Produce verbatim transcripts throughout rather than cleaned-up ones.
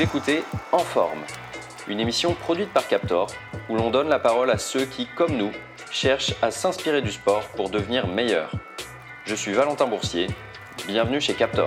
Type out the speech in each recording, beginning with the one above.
Vous écoutez En Forme, une émission produite par Captor, où l'on donne la parole à ceux qui, comme nous, cherchent à s'inspirer du sport pour devenir meilleurs. Je suis Valentin Boursier, bienvenue chez Captor.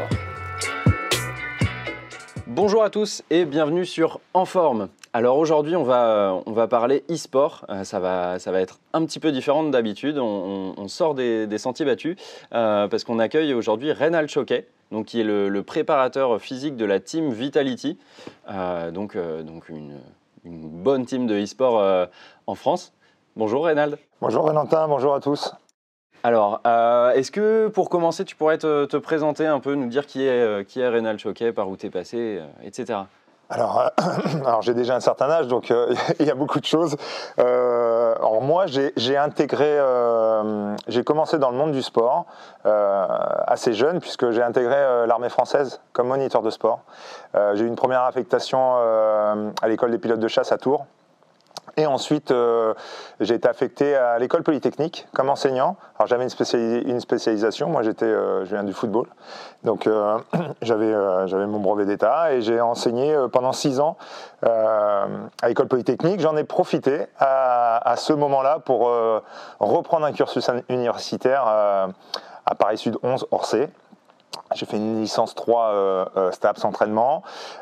Bonjour à tous et bienvenue sur En Forme. Alors aujourd'hui on va, on va parler e-sport, euh, ça, va, ça va être un petit peu différent de d'habitude, on, on, on sort des, des sentiers battus euh, parce qu'on accueille aujourd'hui Reynald Choquet, donc, qui est le, le préparateur physique de la team Vitality, euh, donc, euh, donc une, une bonne team de e-sport euh, en France. Bonjour Reynald. Bonjour Valentin, bonjour à tous. Alors, euh, est-ce que pour commencer tu pourrais te, te présenter un peu, nous dire qui est, qui est Reynald Choquet, par où tu es passé, euh, et cetera. Alors, euh, alors j'ai déjà un certain âge, donc euh, il y a beaucoup de choses. Euh, alors moi, j'ai, j'ai intégré, euh, j'ai commencé dans le monde du sport euh, assez jeune, puisque j'ai intégré euh, l'armée française comme moniteur de sport. Euh, j'ai eu une première affectation euh, à l'école des pilotes de chasse à Tours. Et ensuite, euh, j'ai été affecté à l'école polytechnique comme enseignant. Alors j'avais une, spécialis- une spécialisation, moi j'étais, euh, je viens du football, donc euh, j'avais, euh, j'avais mon brevet d'état et j'ai enseigné euh, pendant six ans euh, à l'école polytechnique. J'en ai profité à, à ce moment-là pour euh, reprendre un cursus universitaire euh, à Paris Sud onze Orsay. J'ai fait une licence trois euh, euh, STAPS entraînement.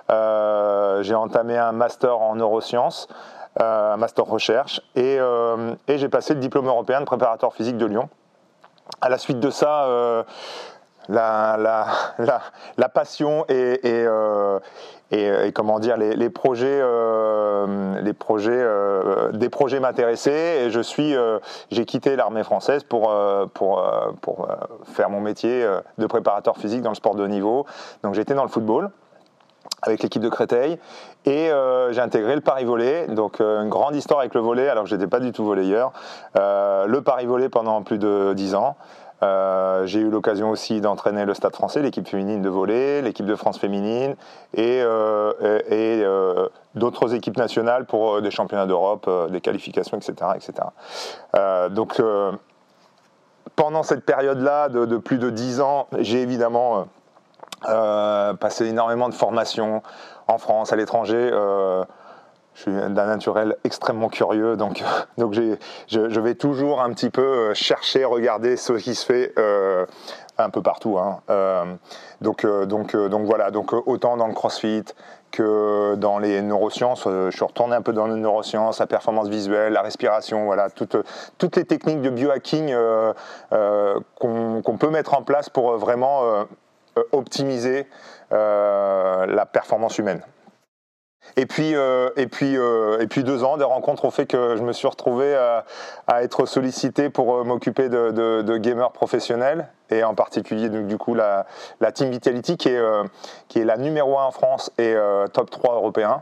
Euh, j'ai entamé un master en neurosciences. Euh, un master recherche, et, euh, et j'ai passé le diplôme européen de préparateur physique de Lyon. À la suite de ça, euh, la, la, la, la passion et, et, euh, et, et comment dire, les, les projets, euh, les projets euh, des projets m'intéressaient, et je suis, euh, j'ai quitté l'armée française pour, euh, pour, euh, pour euh, faire mon métier de préparateur physique dans le sport de haut niveau. Donc j'étais dans le football avec l'équipe de Créteil, et euh, j'ai intégré le Paris-Volley, donc euh, une grande histoire avec le volley, alors que je n'étais pas du tout volleyeur. Euh, le Paris-Volley pendant plus de dix ans. Euh, j'ai eu l'occasion aussi d'entraîner le Stade français, l'équipe féminine de volley, l'équipe de France féminine, et, euh, et, et euh, d'autres équipes nationales pour euh, des championnats d'Europe, euh, des qualifications, et cetera et cetera. Euh, donc euh, pendant cette période-là de, de plus de dix ans, j'ai évidemment... Euh, Euh, passé énormément de formations en France, à l'étranger. Euh, je suis d'un naturel extrêmement curieux, donc, donc j'ai, je, je vais toujours un petit peu chercher, regarder ce qui se fait euh, un peu partout. Hein. Euh, donc, donc, donc voilà, donc autant dans le crossfit que dans les neurosciences. Je suis retourné un peu dans les neurosciences, la performance visuelle, la respiration, voilà, toutes, toutes les techniques de biohacking euh, euh, qu'on, qu'on peut mettre en place pour vraiment... Euh, optimiser euh, la performance humaine. Et puis, euh, et, puis, euh, et puis deux ans, des rencontres ont fait que je me suis retrouvé à, à être sollicité pour euh, m'occuper de, de, de gamers professionnels, et en particulier du, du coup la, la Team Vitality qui est, euh, qui est la numéro un en France et euh, top trois européen.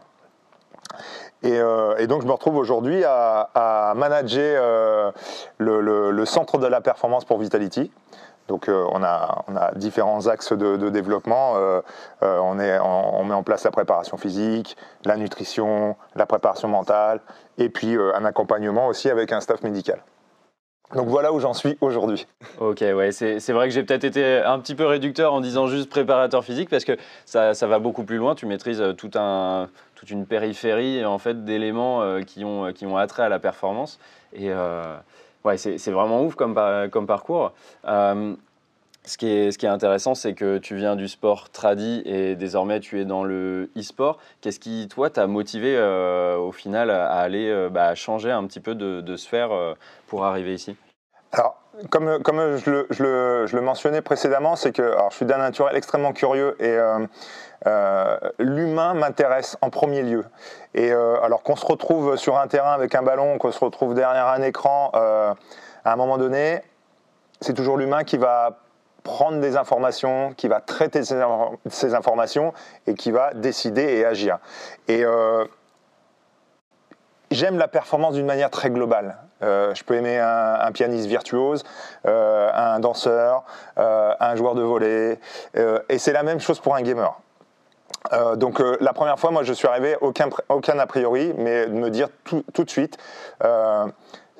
Et, euh, et donc je me retrouve aujourd'hui à, à manager euh, le, le, le centre de la performance pour Vitality. Donc euh, on, a, on a différents axes de, de développement. Euh, euh, on, est, on, on met en place la préparation physique, la nutrition, la préparation mentale, et puis euh, un accompagnement aussi avec un staff médical. Donc voilà où j'en suis aujourd'hui. Ok, ouais, c'est, c'est vrai que j'ai peut-être été un petit peu réducteur en disant juste préparateur physique, parce que ça, ça va beaucoup plus loin. Tu maîtrises tout un, toute une périphérie en fait, d'éléments euh, qui, ont, qui ont attrait à la performance. Et euh, ouais, c'est, c'est vraiment ouf comme, par, comme parcours. Euh, ce, qui est, ce qui est intéressant, c'est que tu viens du sport tradi et désormais tu es dans le e-sport. Qu'est-ce qui, toi, t'a motivé euh, au final à aller euh, bah, changer un petit peu de, de sphère euh, pour arriver ici ? Alors, comme, comme je, le, je, le, je le mentionnais précédemment, c'est que alors, je suis d'un naturel extrêmement curieux, et euh, euh, l'humain m'intéresse en premier lieu. Et euh, alors qu'on se retrouve sur un terrain avec un ballon, qu'on se retrouve derrière un écran, euh, à un moment donné, c'est toujours l'humain qui va prendre des informations, qui va traiter ces, ces informations et qui va décider et agir. Et euh, j'aime la performance d'une manière très globale. Euh, je peux aimer un, un pianiste virtuose, euh, un danseur, euh, un joueur de volley, euh, et c'est la même chose pour un gamer. Euh, donc euh, la première fois, moi je suis arrivé, aucun, aucun a priori, mais de me dire tout, tout de suite, euh,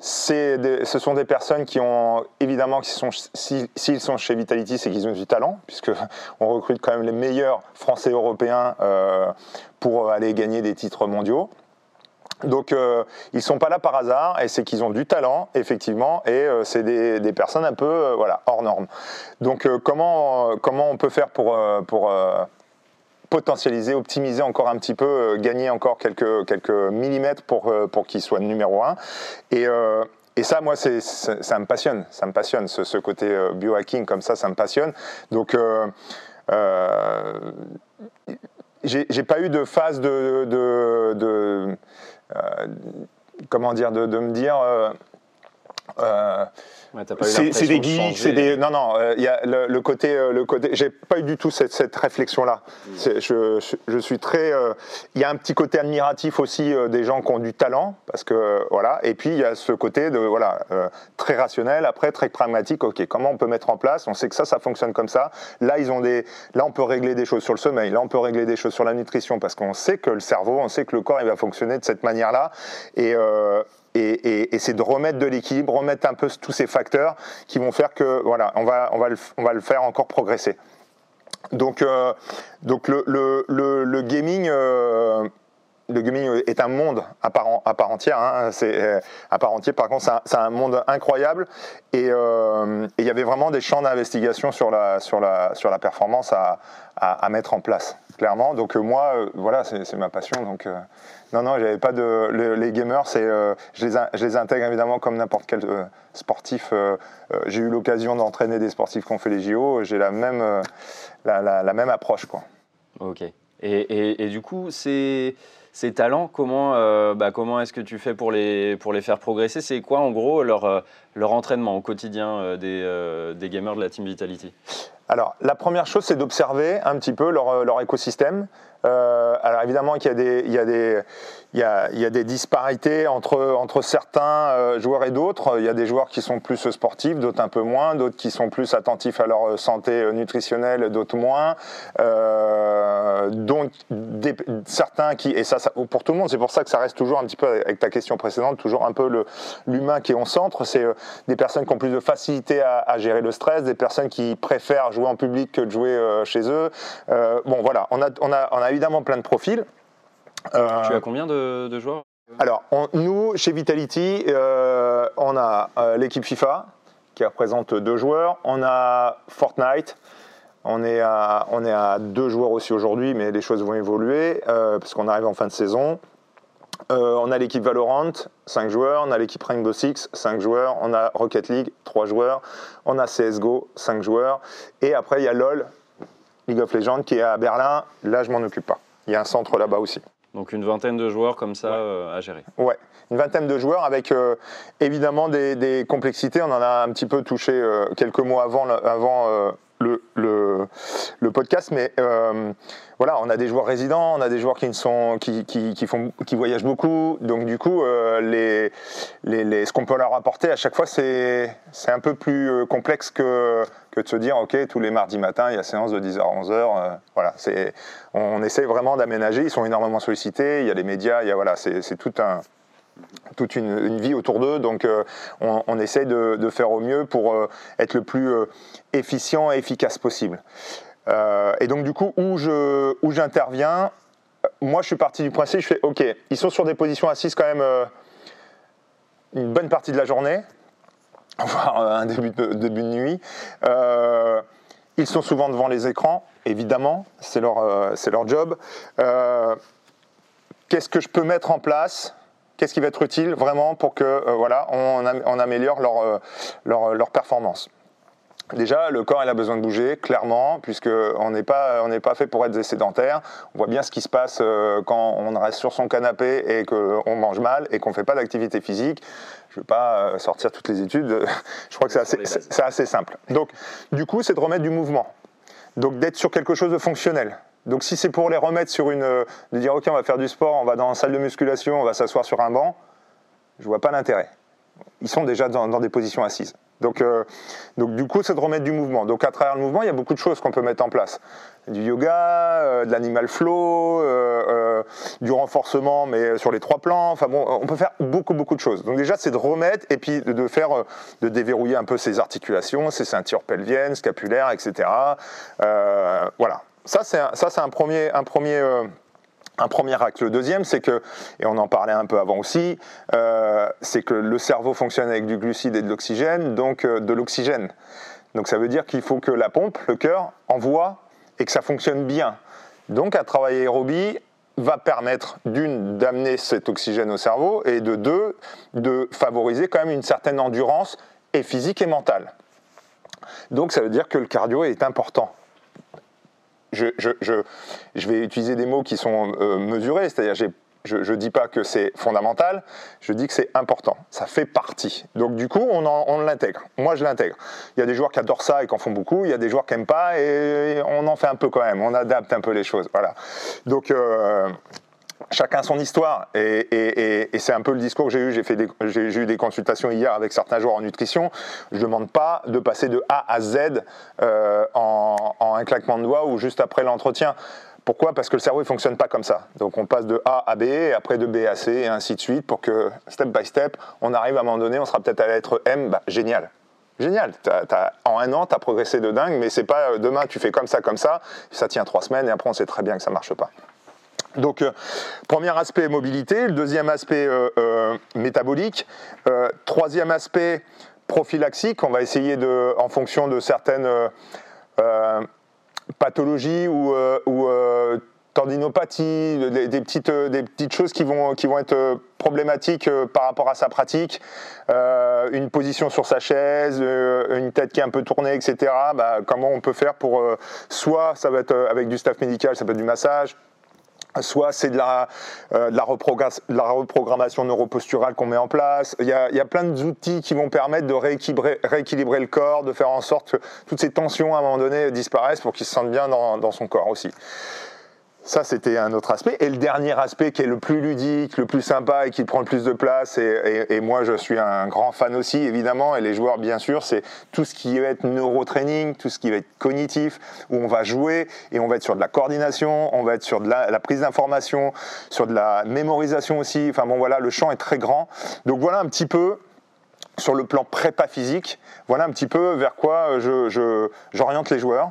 c'est des, ce sont des personnes qui ont, évidemment, qui sont, si, s'ils sont chez Vitality, c'est qu'ils ont du talent, puisqu'on recrute quand même les meilleurs Français européens euh, pour aller gagner des titres mondiaux. Donc, euh, ils ne sont pas là par hasard, et c'est qu'ils ont du talent, effectivement, et euh, c'est des, des personnes un peu euh, voilà, hors normes. Donc, euh, comment, euh, comment on peut faire pour... Euh, pour euh, potentialiser, optimiser encore un petit peu, euh, gagner encore quelques, quelques millimètres pour, euh, pour qu'il soit numéro un. Et, euh, et ça, moi, c'est, c'est, ça me passionne. Ça me passionne, ce, ce côté euh, biohacking comme ça, ça me passionne. Donc, euh, euh, j'ai, j'ai pas eu de phase de... de, de euh, comment dire, de, de me dire... Euh, euh, Ouais, t'as pas eu c'est, c'est des de geeks, c'est des non non. Il euh, y a le, le côté euh, le côté. J'ai pas eu du tout cette, cette réflexion là. Mmh. Je, je, je suis très. Il euh, y a un petit côté admiratif aussi euh, des gens qui ont du talent parce que euh, voilà. Et puis il y a ce côté de voilà euh, très rationnel, après très pragmatique. Ok, comment on peut mettre en place? On sait que ça, ça fonctionne comme ça. Là ils ont des. Là on peut régler des choses sur le sommeil. Là on peut régler des choses sur la nutrition parce qu'on sait que le cerveau, on sait que le corps il va fonctionner de cette manière là. Et euh, Et, et, et c'est de remettre de l'équilibre, remettre un peu tous ces facteurs qui vont faire que voilà, on va, on va, le, on va le faire encore progresser. Donc, euh, donc le, le, le, le gaming, euh, le gaming est un monde à part, en, à part entière. Hein, c'est euh, à part entière. Par contre, c'est un, c'est un monde incroyable. Et euh, il y avait vraiment des champs d'investigation sur la, sur la, sur la performance à, à, à mettre en place, clairement. Donc euh, moi, euh, voilà, c'est, c'est ma passion. Donc euh, non, non, j'avais pas de le, les gamers. C'est, euh, je les, je les intègre évidemment comme n'importe quel euh, sportif. Euh, euh, j'ai eu l'occasion d'entraîner des sportifs qui ont fait les J O. J'ai la même, euh, la, la, la même approche, quoi. Ok. Et, et, et du coup, c'est ces talents, comment, euh, bah, comment est-ce que tu fais pour les, pour les faire progresser? C'est quoi en gros leur, euh, leur entraînement au quotidien euh, des, euh, des gamers de la Team Vitality? Alors, la première chose, c'est d'observer un petit peu leur, leur écosystème. Euh, alors évidemment qu'il y a des, il y a des, il y a, il y a des disparités entre, entre certains euh, joueurs et d'autres. Il y a des joueurs qui sont plus sportifs, d'autres un peu moins, d'autres qui sont plus attentifs à leur santé nutritionnelle, d'autres moins. Euh, donc des, certains qui, et ça, ça pour tout le monde, c'est pour ça que ça reste toujours un petit peu avec ta question précédente, toujours un peu le, l'humain qui est au centre. C'est euh, des personnes qui ont plus de facilité à, à gérer le stress, des personnes qui préfèrent jouer en public que de jouer euh, chez eux. Euh, bon voilà, on a, on a, on a évidemment plein de profils. Euh, tu as combien de, de joueurs? Alors, on, nous, chez Vitality, euh, on a euh, l'équipe FIFA, qui représente deux joueurs. On a Fortnite, on est à, on est à deux joueurs aussi aujourd'hui, mais les choses vont évoluer, euh, parce qu'on arrive en fin de saison. Euh, on a l'équipe Valorant, cinq joueurs. On a l'équipe Rainbow Six, cinq joueurs. On a Rocket League, trois joueurs. On a C S G O, cinq joueurs. Et après, il y a LoL, League of Legends, qui est à Berlin. Là, je m'en occupe pas. Il y a un centre là-bas aussi. Donc une vingtaine de joueurs comme ça, ouais, euh, à gérer. Ouais, une vingtaine de joueurs avec euh, évidemment des, des complexités. On en a un petit peu touché euh, quelques mois avant, avant euh, le, le, le podcast, mais euh, voilà, on a des joueurs résidents, on a des joueurs qui, ne sont, qui, qui, qui, font, qui voyagent beaucoup. Donc du coup, euh, les, les, les, ce qu'on peut leur apporter à chaque fois, c'est, c'est un peu plus complexe que, que de se dire, ok, tous les mardis matins, il y a séance de dix heures à onze heures. Euh, voilà, c'est, on essaie vraiment d'aménager. Ils sont énormément sollicités. Il y a les médias, il y a, voilà, c'est, c'est tout un... toute une, une vie autour d'eux, donc euh, on, on essaye de, de faire au mieux pour euh, être le plus euh, efficient et efficace possible. Euh, et donc du coup, où, je, où j'interviens, moi je suis parti du principe, je fais ok, ils sont sur des positions assises quand même euh, une bonne partie de la journée, voire un début de, début de nuit. Euh, ils sont souvent devant les écrans, évidemment, c'est leur, euh, c'est leur job. Euh, qu'est-ce que je peux mettre en place ? Qu'est-ce qui va être utile vraiment pour que euh, voilà, on, am- on améliore leur, euh, leur, leur performance? Déjà, le corps il a besoin de bouger, clairement, puisqu'on n'est pas, on n'est pas fait pour être des sédentaires. On voit bien ce qui se passe euh, quand on reste sur son canapé et qu'on mange mal et qu'on ne fait pas d'activité physique. Je ne vais pas euh, sortir toutes les études, je crois que c'est assez, c'est, c'est assez simple. Donc, du coup, c'est de remettre du mouvement. Donc, d'être sur quelque chose de fonctionnel. Donc si c'est pour les remettre sur une... de dire ok, on va faire du sport, on va dans une salle de musculation, on va s'asseoir sur un banc, je vois pas l'intérêt. ils sont déjà dans, dans des positions assises. Donc, euh, donc du coup, c'est de remettre du mouvement. Donc à travers le mouvement, il y a beaucoup de choses qu'on peut mettre en place. Du yoga, euh, de l'animal flow, euh, euh, du renforcement, mais sur les trois plans. Enfin bon, on peut faire beaucoup, beaucoup de choses. Donc déjà, c'est de remettre et puis de, de faire, euh, de déverrouiller un peu ses articulations, ses ceintures pelviennes, scapulaires, et cetera. Euh, voilà. Ça, c'est un, ça, c'est un premier... Un premier euh, Un premier acte. Le deuxième, c'est que, et on en parlait un peu avant aussi, euh, c'est que le cerveau fonctionne avec du glucide et de l'oxygène, donc euh, de l'oxygène. Donc ça veut dire qu'il faut que la pompe, le cœur, envoie et que ça fonctionne bien. Donc un travail aérobie va permettre d'une, d'amener cet oxygène au cerveau et de deux, de favoriser quand même une certaine endurance et physique et mentale. Donc ça veut dire que le cardio est important. Je, je, je, je vais utiliser des mots qui sont euh, mesurés, c'est-à-dire j'ai, je ne dis pas que c'est fondamental, je dis que c'est important, ça fait partie. Donc du coup, on, en, on l'intègre. Moi, je l'intègre. Il y a des joueurs qui adorent ça et qui en font beaucoup, il y a des joueurs qui n'aiment pas et on en fait un peu quand même, on adapte un peu les choses. Voilà. Donc... Euh, Chacun son histoire, et, et, et, et c'est un peu le discours que j'ai eu. J'ai, fait des, j'ai, j'ai eu des consultations hier avec certains joueurs en nutrition. Je ne demande pas de passer de A à Z euh, en, en un claquement de doigts ou juste après l'entretien. Pourquoi ? Parce que le cerveau ne fonctionne pas comme ça. Donc on passe de A à B, et après de B à C, et ainsi de suite, pour que, step by step, on arrive à un moment donné, on sera peut-être à la lettre M. Bah, génial. Génial, t'as, t'as, en un an, tu as progressé de dingue, mais c'est pas euh, demain, tu fais comme ça, comme ça, ça tient trois semaines, et après on sait très bien que ça ne marche pas. Donc, euh, premier aspect mobilité, le deuxième aspect euh, euh, métabolique, euh, troisième aspect prophylaxique, on va essayer de, en fonction de certaines euh, euh, pathologies ou, euh, ou euh, tendinopathies, des, des, petites, des petites choses qui vont, qui vont être problématiques euh, par rapport à sa pratique, euh, une position sur sa chaise, euh, une tête qui est un peu tournée, et cetera. Bah, comment on peut faire pour, euh, soit ça va être avec du staff médical, ça peut être du massage, soit c'est de la, euh, de, la de la reprogrammation neuroposturale qu'on met en place. Il y a, il y a plein d'outils qui vont permettre de rééquilibrer, rééquilibrer le corps, de faire en sorte que toutes ces tensions à un moment donné disparaissent pour qu'il se sente bien dans, dans son corps aussi. Ça, c'était un autre aspect. Et le dernier aspect qui est le plus ludique, le plus sympa et qui prend le plus de place, et, et, et moi je suis un grand fan aussi, évidemment, et les joueurs bien sûr, c'est tout ce qui va être neurotraining, tout ce qui va être cognitif, où on va jouer et on va être sur de la coordination, on va être sur de la, la prise d'information, sur de la mémorisation aussi. Enfin bon voilà, le champ est très grand. Donc voilà un petit peu... Sur le plan prépa physique, voilà un petit peu vers quoi je, je, j'oriente les joueurs.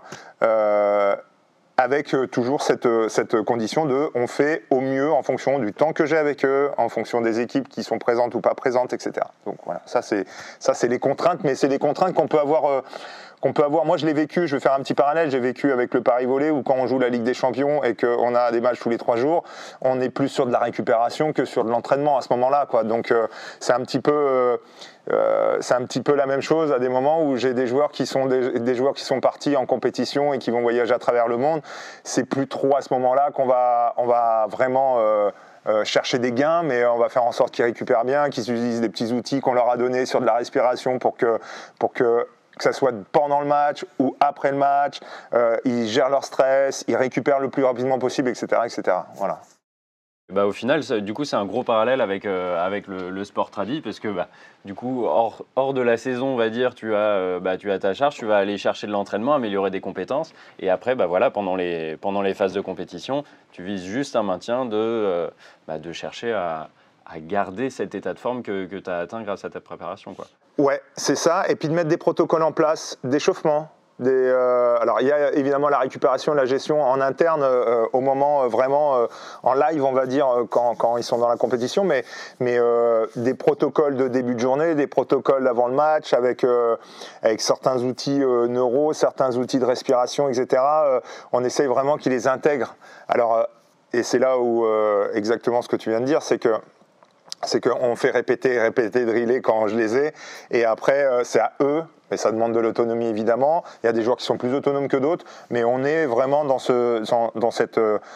Euh, avec toujours cette, cette condition de on fait au mieux en fonction du temps que j'ai avec eux, en fonction des équipes qui sont présentes ou pas présentes, et cetera. Donc voilà, ça c'est, ça c'est les contraintes, mais c'est des contraintes qu'on peut avoir... Euh, qu'on peut avoir. Moi, je l'ai vécu, je vais faire un petit parallèle, j'ai vécu avec le Paris Volley où quand on joue la Ligue des Champions et qu'on a des matchs tous les trois jours, on est plus sur de la récupération que sur de l'entraînement à ce moment-là, quoi. Donc, euh, c'est un petit peu... Euh, Euh, c'est un petit peu la même chose à des moments où j'ai des joueurs qui sont des, des joueurs qui sont partis en compétition et qui vont voyager à travers le monde. C'est plus trop à ce moment-là qu'on va, on va vraiment euh, euh, chercher des gains, mais on va faire en sorte qu'ils récupèrent bien, qu'ils utilisent des petits outils qu'on leur a donnés sur de la respiration pour que, pour que que ça soit pendant le match ou après le match, euh, ils gèrent leur stress, ils récupèrent le plus rapidement possible, et cetera, et cetera. Voilà. Bah, au final, ça, du coup, c'est un gros parallèle avec, euh, avec le, le sport tradi, parce que bah, du coup, hors, hors de la saison, on va dire, tu as, euh, bah, tu as ta charge, tu vas aller chercher de l'entraînement, améliorer des compétences, et après, bah, voilà, pendant, les, pendant les phases de compétition, tu vises juste un maintien de, euh, bah, de chercher à, à garder cet état de forme que, que tu as atteint grâce à ta préparation, quoi. Ouais, c'est ça, et puis de mettre des protocoles en place, d'échauffement. Des, euh, alors il y a évidemment la récupération, la gestion en interne euh, au moment euh, vraiment euh, en live on va dire euh, quand, quand ils sont dans la compétition, mais, mais euh, des protocoles de début de journée, des protocoles avant le match avec, euh, avec certains outils euh, neuro, certains outils de respiration, et cetera. Euh, on essaye vraiment qu'ils les intègrent. Alors, euh, et c'est là où euh, exactement ce que tu viens de dire, c'est que c'est qu'on fait répéter, répéter, driller quand je les ai, et après euh, c'est à eux, mais ça demande de l'autonomie évidemment. Il y a des joueurs qui sont plus autonomes que d'autres, mais on est vraiment dans ce, dans cette,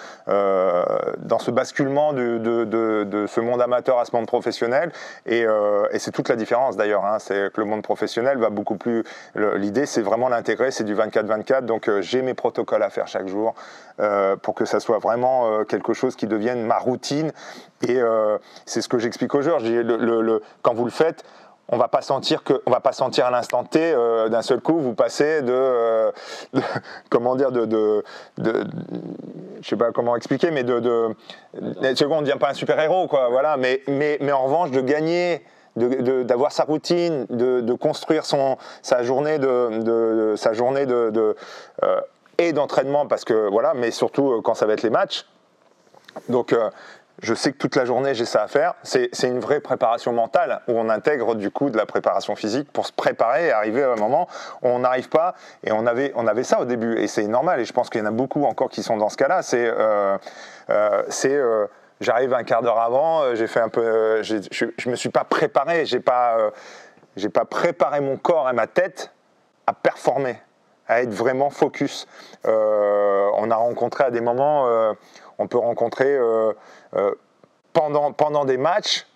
euh, dans ce basculement de, de, de, de ce monde amateur à ce monde professionnel, et, euh, et c'est toute la différence d'ailleurs, hein. C'est que le monde professionnel va beaucoup plus... L'idée c'est vraiment l'intégrer, c'est du vingt-quatre vingt-quatre, donc euh, j'ai mes protocoles à faire chaque jour euh, pour que ça soit vraiment euh, quelque chose qui devienne ma routine, et euh, c'est ce que j'explique aux joueurs. Je dis, le, le, le, quand vous le faites, On va pas sentir que, on va pas sentir à l'instant T euh, d'un seul coup vous passez de, euh, de comment dire de, de, de, de je sais pas comment expliquer, mais de, de, de on ne devient pas un super héros quoi, voilà. Mais mais mais en revanche de gagner, de, de, d'avoir sa routine, de, de construire son sa journée de, de, de sa journée de, de euh, et d'entraînement parce que voilà, mais surtout quand ça va être les matchs. Donc euh, je sais que toute la journée j'ai ça à faire. C'est, c'est une vraie préparation mentale où on intègre du coup de la préparation physique pour se préparer et arriver à un moment où on n'arrive pas. Et on avait, on avait ça au début et c'est normal. Et je pense qu'il y en a beaucoup encore qui sont dans ce cas-là. C'est, euh, euh, c'est euh, j'arrive un quart d'heure avant, j'ai fait un peu, euh, j'ai, je, je me suis pas préparé, j'ai pas, euh, j'ai pas préparé mon corps et ma tête à performer, à être vraiment focus. Euh, on a rencontré à des moments. Euh, On peut rencontrer euh, euh, pendant, pendant des matchs,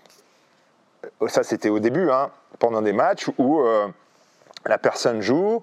ça c'était au début, hein, pendant des matchs où euh, la personne joue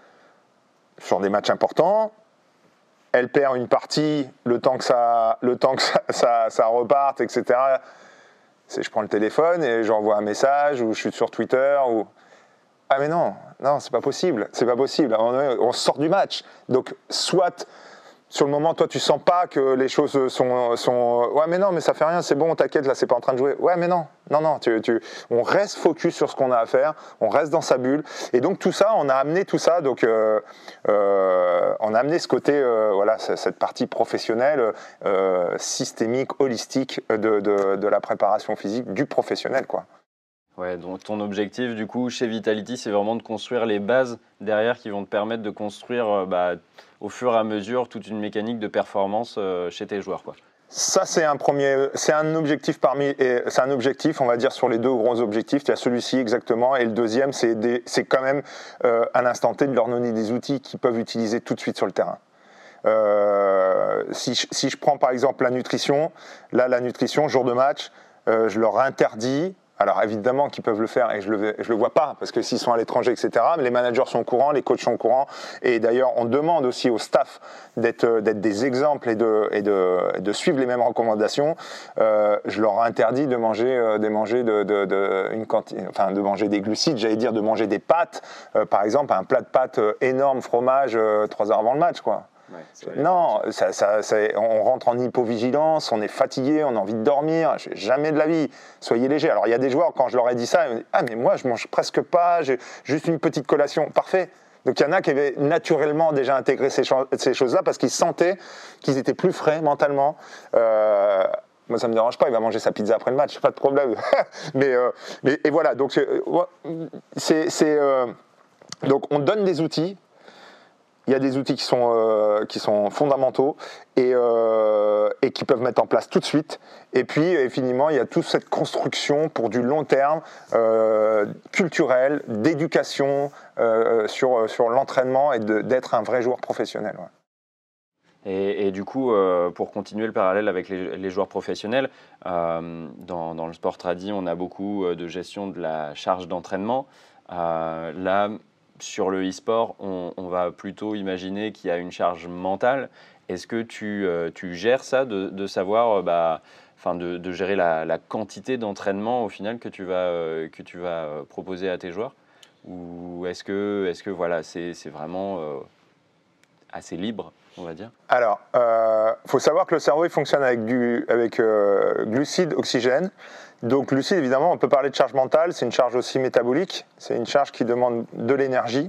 sur des matchs importants, elle perd une partie, le temps que ça, le temps que ça, ça, ça reparte, et cetera. C'est, je prends le téléphone et j'envoie un message ou je suis sur Twitter ou ah mais non, non c'est pas possible, c'est pas possible. On, on sort du match, donc soit sur le moment, toi, tu sens pas que les choses sont, sont... Ouais, mais non, mais ça fait rien, c'est bon, t'inquiète, là, c'est pas en train de jouer. Ouais, mais non, non, non, tu, tu... on reste focus sur ce qu'on a à faire, on reste dans sa bulle. Et donc, tout ça, on a amené tout ça, donc, euh, euh, on a amené ce côté, euh, voilà, cette partie professionnelle, euh, systémique, holistique de, de, de la préparation physique du professionnel, quoi. Ouais, donc ton objectif, du coup, chez Vitality, c'est vraiment de construire les bases derrière qui vont te permettre de construire euh, bah, au fur et à mesure toute une mécanique de performance euh, chez tes joueurs, quoi. Ça, c'est un premier, c'est un objectif parmi, et c'est un objectif, on va dire, sur les deux gros objectifs. Il y a celui-ci exactement, et le deuxième, c'est, des, c'est quand même euh, à l'instant T de leur donner des outils qu'ils peuvent utiliser tout de suite sur le terrain. Euh, si, je, si je prends par exemple la nutrition, là, la nutrition, jour de match, euh, je leur interdis. Alors évidemment qu'ils peuvent le faire et je le, je le vois pas parce que s'ils sont à l'étranger, et cetera. Mais les managers sont au courant, les coachs sont au courant et d'ailleurs on demande aussi au staff d'être, d'être des exemples et de, et de, de suivre les mêmes recommandations. Euh, je leur interdis de manger, de manger de, de, de une quantité, enfin de manger des glucides, j'allais dire de manger des pâtes, euh, par exemple un plat de pâtes énorme, fromage, euh, trois heures avant le match, quoi. Ouais, non, ça, ça, ça, on rentre en hypovigilance, on est fatigué, on a envie de dormir, jamais de la vie, soyez léger. Alors il y a des joueurs, quand je leur ai dit ça, ils me disent, ah mais moi je mange presque pas, j'ai juste une petite collation, parfait. Donc il y en a qui avaient naturellement déjà intégré ces, cho- ces choses-là parce qu'ils sentaient qu'ils étaient plus frais mentalement. Euh, moi ça me dérange pas, il va manger sa pizza après le match, pas de problème. mais, euh, mais et voilà, donc c'est, c'est euh, donc on donne des outils. Il y a des outils qui sont, euh, qui sont fondamentaux et, euh, et qui peuvent mettre en place tout de suite. Et puis, et finalement, il y a toute cette construction pour du long terme, euh, culturel, d'éducation euh, sur, sur l'entraînement et de, d'être un vrai joueur professionnel. Ouais. Et, et du coup, euh, pour continuer le parallèle avec les, les joueurs professionnels, euh, dans, dans le sport tradi, on a beaucoup de gestion de la charge d'entraînement. Euh, là, sur le e-sport, on, on va plutôt imaginer qu'il y a une charge mentale. Est-ce que tu, euh, tu gères ça, de, de savoir, bah, enfin de, de gérer la, la quantité d'entraînement au final que tu vas, euh, que tu vas proposer à tes joueurs? Ou est-ce que, est-ce que voilà, c'est, c'est vraiment euh, assez libre, on va dire? Alors, il euh, faut savoir que le cerveau il fonctionne avec, du, avec euh, glucides, oxygène. Donc glucides, évidemment, on peut parler de charge mentale, c'est une charge aussi métabolique, c'est une charge qui demande de l'énergie.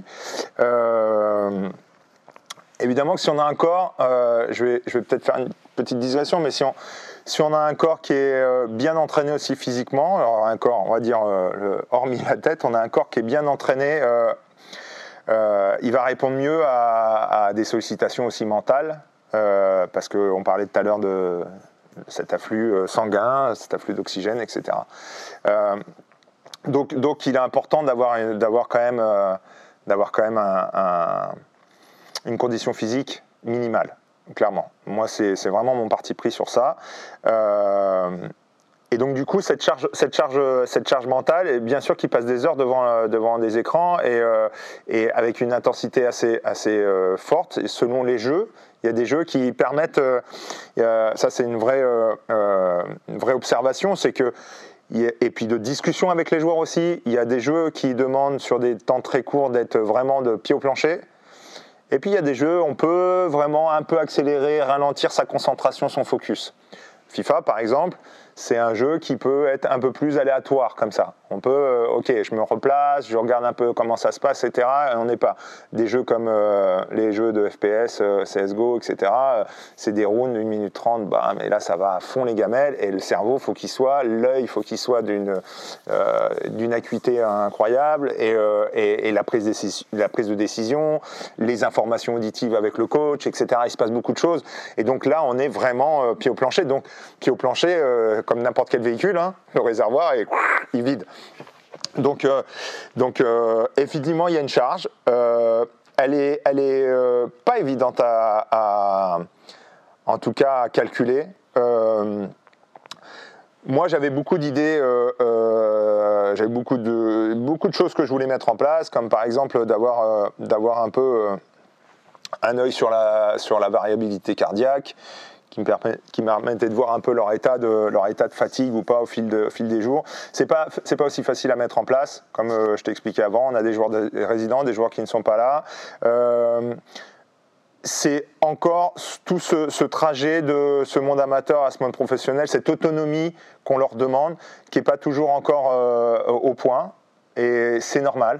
Euh, évidemment que si on a un corps, euh, je, vais, je vais peut-être faire une petite digression, mais si on, si on a un corps qui est bien entraîné aussi physiquement, alors un corps, on va dire, euh, le, hormis la tête, on a un corps qui est bien entraîné, euh, euh, il va répondre mieux à, à des sollicitations aussi mentales, euh, parce qu'on parlait tout à l'heure de cet afflux sanguin, cet afflux d'oxygène, et cetera. Euh, donc, donc, il est important d'avoir, d'avoir quand même, euh, d'avoir quand même un, un, une condition physique minimale, clairement. Moi, c'est, c'est vraiment mon parti pris sur ça. Euh, et donc, du coup, cette charge, cette charge, cette charge mentale, et bien sûr qu'il passe des heures devant, devant des écrans et, euh, et avec une intensité assez, assez euh, forte, et selon les jeux. Il y a des jeux qui permettent, euh, ça c'est une vraie, euh, une vraie observation, c'est que et puis de discussion avec les joueurs aussi. Il y a des jeux qui demandent sur des temps très courts d'être vraiment de pied au plancher. Et puis il y a des jeux, on peut vraiment un peu accélérer, ralentir sa concentration, son focus. FIFA, par exemple, c'est un jeu qui peut être un peu plus aléatoire comme ça. On peut, euh, ok, je me replace, je regarde un peu comment ça se passe, et cetera. Et on n'est pas des jeux comme euh, les jeux de F P S, euh, C S G O, et cetera. Euh, c'est des rounds, une minute trente, bah, mais là ça va à fond les gamelles. Et le cerveau, faut qu'il soit, l'œil, faut qu'il soit d'une euh, d'une acuité incroyable. Et, euh, et, et la, prise de, la prise de décision, les informations auditives avec le coach, et cetera. Il se passe beaucoup de choses. Et donc là, on est vraiment euh, pied au plancher. Donc pied au plancher, euh, comme n'importe quel véhicule, hein, le réservoir, et il vide. Donc, euh, donc euh, effectivement, il y a une charge. Euh, elle est, elle est euh, pas évidente à, à, en tout cas, à calculer. Euh, moi, j'avais beaucoup d'idées, euh, euh, j'avais beaucoup de, beaucoup de choses que je voulais mettre en place, comme par exemple d'avoir, euh, d'avoir un peu euh, un œil sur la, sur la variabilité cardiaque, qui me, permet, qui me permettait de voir un peu leur état de, leur état de fatigue ou pas au fil, de, au fil des jours. C'est pas, c'est pas aussi facile à mettre en place, comme euh, je t'ai expliqué avant. On a des joueurs de, des résidents, des joueurs qui ne sont pas là. Euh, c'est encore tout ce, ce trajet de ce monde amateur à ce monde professionnel, cette autonomie qu'on leur demande, qui n'est pas toujours encore euh, au point. Et c'est normal.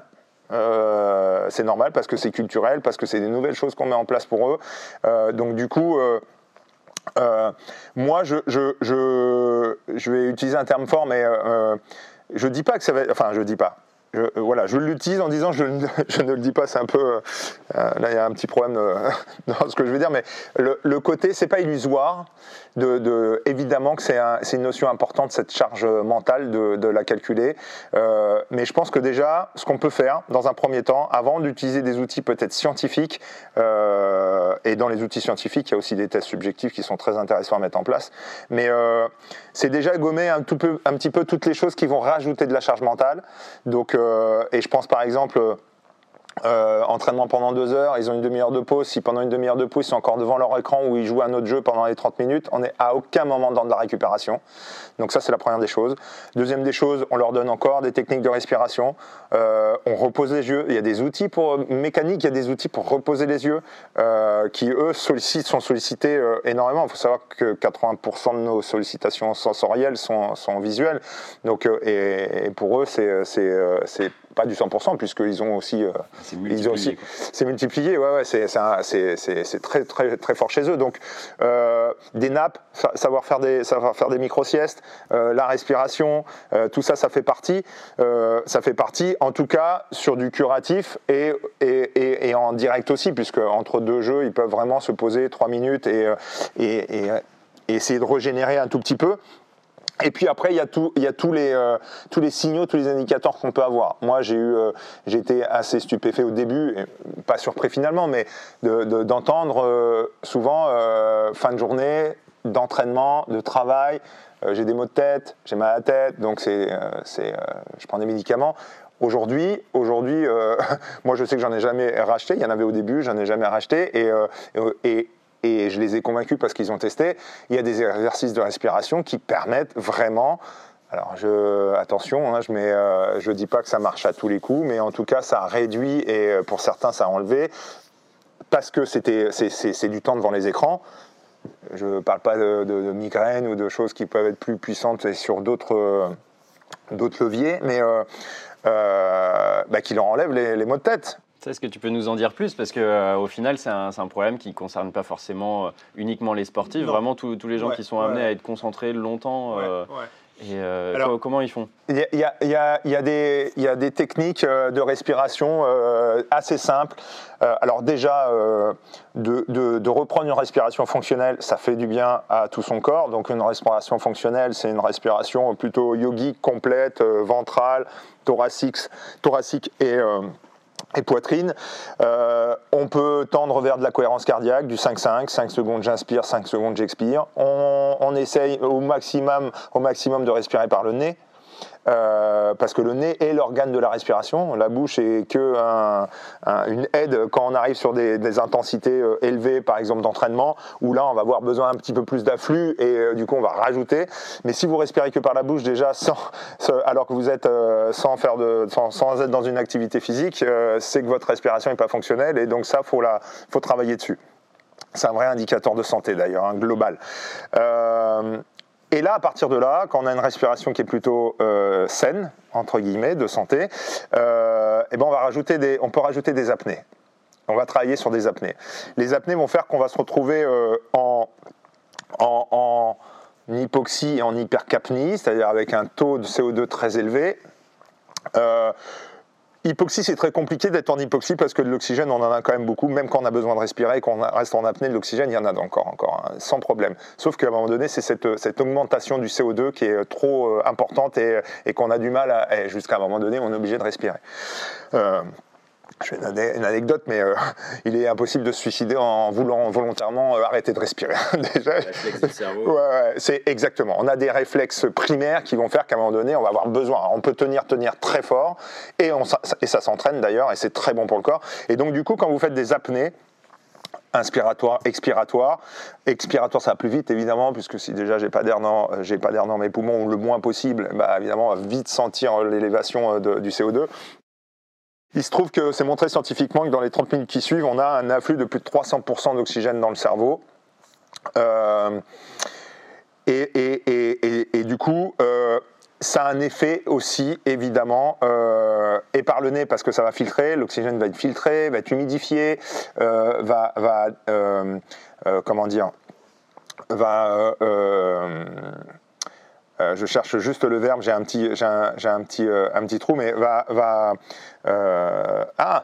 Euh, c'est normal parce que c'est culturel, parce que c'est des nouvelles choses qu'on met en place pour eux. Euh, donc du coup... Euh, Euh, moi, je, je, je, je vais utiliser un terme fort, mais euh, je dis pas que ça va. Enfin, je dis pas. Je, euh, voilà, je l'utilise en disant je, je ne le dis pas. C'est un peu. Euh, là, il y a un petit problème euh, dans ce que je veux dire, mais le, le côté, c'est pas illusoire. De, de, évidemment que c'est, un, c'est une notion importante, cette charge mentale de, de la calculer. Euh, mais je pense que déjà, ce qu'on peut faire dans un premier temps, avant d'utiliser des outils peut-être scientifiques, euh, et dans les outils scientifiques, il y a aussi des tests subjectifs qui sont très intéressants à mettre en place. Mais euh, c'est déjà gommer un, tout peu, un petit peu toutes les choses qui vont rajouter de la charge mentale. Donc, euh, et je pense par exemple... Euh, entraînement pendant deux heures, ils ont une demi-heure de pause. Si pendant une demi-heure de pause, ils sont encore devant leur écran ou ils jouent à un autre jeu pendant les trente minutes, on n'est à aucun moment dans de la récupération. Donc ça, c'est la première des choses. Deuxième des choses, on leur donne encore des techniques de respiration. Euh, on repose les yeux. Il y a des outils pour mécanique, il y a des outils pour reposer les yeux euh, qui, eux, sollicitent, sont sollicités euh, énormément. Il faut savoir que quatre-vingts pour cent de nos sollicitations sensorielles sont, sont visuelles. Donc, euh, et, et pour eux, c'est, c'est, c'est pas du cent pour cent puisqu'ils ont aussi... Euh, c'est multiplié. Ont aussi, c'est multiplié, ouais, ouais, c'est, c'est, un, c'est, c'est, c'est très, très, très fort chez eux. Donc, euh, des nappes, savoir faire des, savoir faire des micro-siestes, euh, la respiration, euh, tout ça, ça fait partie. Euh, ça fait partie, en tout cas, sur du curatif et, et, et, et en direct aussi, puisque entre deux jeux, ils peuvent vraiment se poser trois minutes et, et, et, et essayer de régénérer un tout petit peu. Et puis après, il y a, tout, il y a tous, les, euh, tous les signaux, tous les indicateurs qu'on peut avoir. Moi, j'ai eu, euh, j'ai été assez stupéfait au début, et pas surpris finalement, mais de, de, d'entendre euh, souvent euh, fin de journée, d'entraînement, de travail, euh, j'ai des maux de tête, j'ai mal à la tête, donc c'est, euh, c'est, euh, je prends des médicaments. Aujourd'hui, aujourd'hui euh, moi je sais que j'en ai jamais racheté, il y en avait au début, j'en ai jamais racheté, et, euh, et et je les ai convaincus parce qu'ils ont testé, il y a des exercices de respiration qui permettent vraiment, alors je, attention, hein, je ne euh, dis pas que ça marche à tous les coups, mais en tout cas ça réduit et pour certains ça a enlevé, parce que c'était, c'est, c'est, c'est du temps devant les écrans. Je ne parle pas de, de, de migraines ou de choses qui peuvent être plus puissantes sur d'autres, euh, d'autres leviers, mais euh, euh, bah, qui leur enlèvent les, les maux de tête. Est-ce que tu peux nous en dire plus? Parce qu'au euh, final, c'est un, c'est un problème qui ne concerne pas forcément euh, uniquement les sportifs, non. Vraiment tous les gens ouais, qui sont amenés ouais. à être concentrés longtemps. Euh, ouais, ouais. Et euh, Alors, comment ils font? Il y, y, y, y, y a des techniques de respiration euh, assez simples. Euh, alors déjà, euh, de, de, de reprendre une respiration fonctionnelle, ça fait du bien à tout son corps. Donc une respiration fonctionnelle, c'est une respiration plutôt yogique, complète, euh, ventrale, thoracique, thoracique et... Euh, et poitrine. Euh, on peut tendre vers de la cohérence cardiaque, du cinq cinq, cinq secondes j'inspire, cinq secondes j'expire. On, on essaye au maximum, au maximum de respirer par le nez. euh, parce que le nez est l'organe de la respiration. La bouche est que un, un, une aide quand on arrive sur des, des intensités euh, élevées, par exemple d'entraînement, où là on va avoir besoin un petit peu plus d'afflux et euh, du coup on va rajouter. Mais si vous respirez que par la bouche déjà, sans, alors que vous êtes euh, sans, faire de, sans, sans être dans une activité physique, euh, c'est que votre respiration n'est pas fonctionnelle et donc ça, il faut, faut travailler dessus. C'est un vrai indicateur de santé d'ailleurs, hein, global. Euh, et là, à partir de là, quand on a une respiration qui est plutôt euh, saine, entre guillemets, de santé, euh, et ben on, va rajouter des, on peut rajouter des apnées. On va travailler sur des apnées. Les apnées vont faire qu'on va se retrouver euh, en, en, en hypoxie et en hypercapnie, c'est-à-dire avec un taux de C O deux très élevé. Euh, Hypoxie, c'est très compliqué d'être en hypoxie parce que de l'oxygène, on en a quand même beaucoup. Même quand on a besoin de respirer, quand on reste en apnée, de l'oxygène, il y en a encore, encore hein, sans problème. Sauf qu'à un moment donné, c'est cette, cette augmentation du C O deux qui est trop euh, importante et, et qu'on a du mal à... Jusqu'à un moment donné, on est obligé de respirer. Euh, Je fais une anecdote, mais euh, il est impossible de se suicider en voulant volontairement euh, arrêter de respirer. Déjà, réflexe du cerveau. Ouais, ouais, c'est exactement. On a des réflexes primaires qui vont faire qu'à un moment donné, on va avoir besoin. On peut tenir, tenir très fort, et, on, et ça s'entraîne d'ailleurs, et c'est très bon pour le corps. Et donc du coup, quand vous faites des apnées, inspiratoire, expiratoire. Expiratoire, ça va plus vite, évidemment, puisque si déjà j'ai pas d'air dans, j'ai pas d'air dans mes poumons, ou le moins possible, bah, évidemment, on va vite sentir l'élévation de, du C O deux. Il se trouve que c'est montré scientifiquement que dans les trente minutes qui suivent, on a un afflux de plus de trois cents pour cent d'oxygène dans le cerveau. Euh, et, et, et, et, et du coup, euh, ça a un effet aussi, évidemment, euh, et par le nez, parce que ça va filtrer, l'oxygène va être filtré, va être humidifié, euh, va, va euh, euh, comment dire, va... Euh, Euh, je cherche juste le verbe, j'ai un petit, j'ai un, j'ai un petit, euh, un petit trou, mais va, va, euh, ah,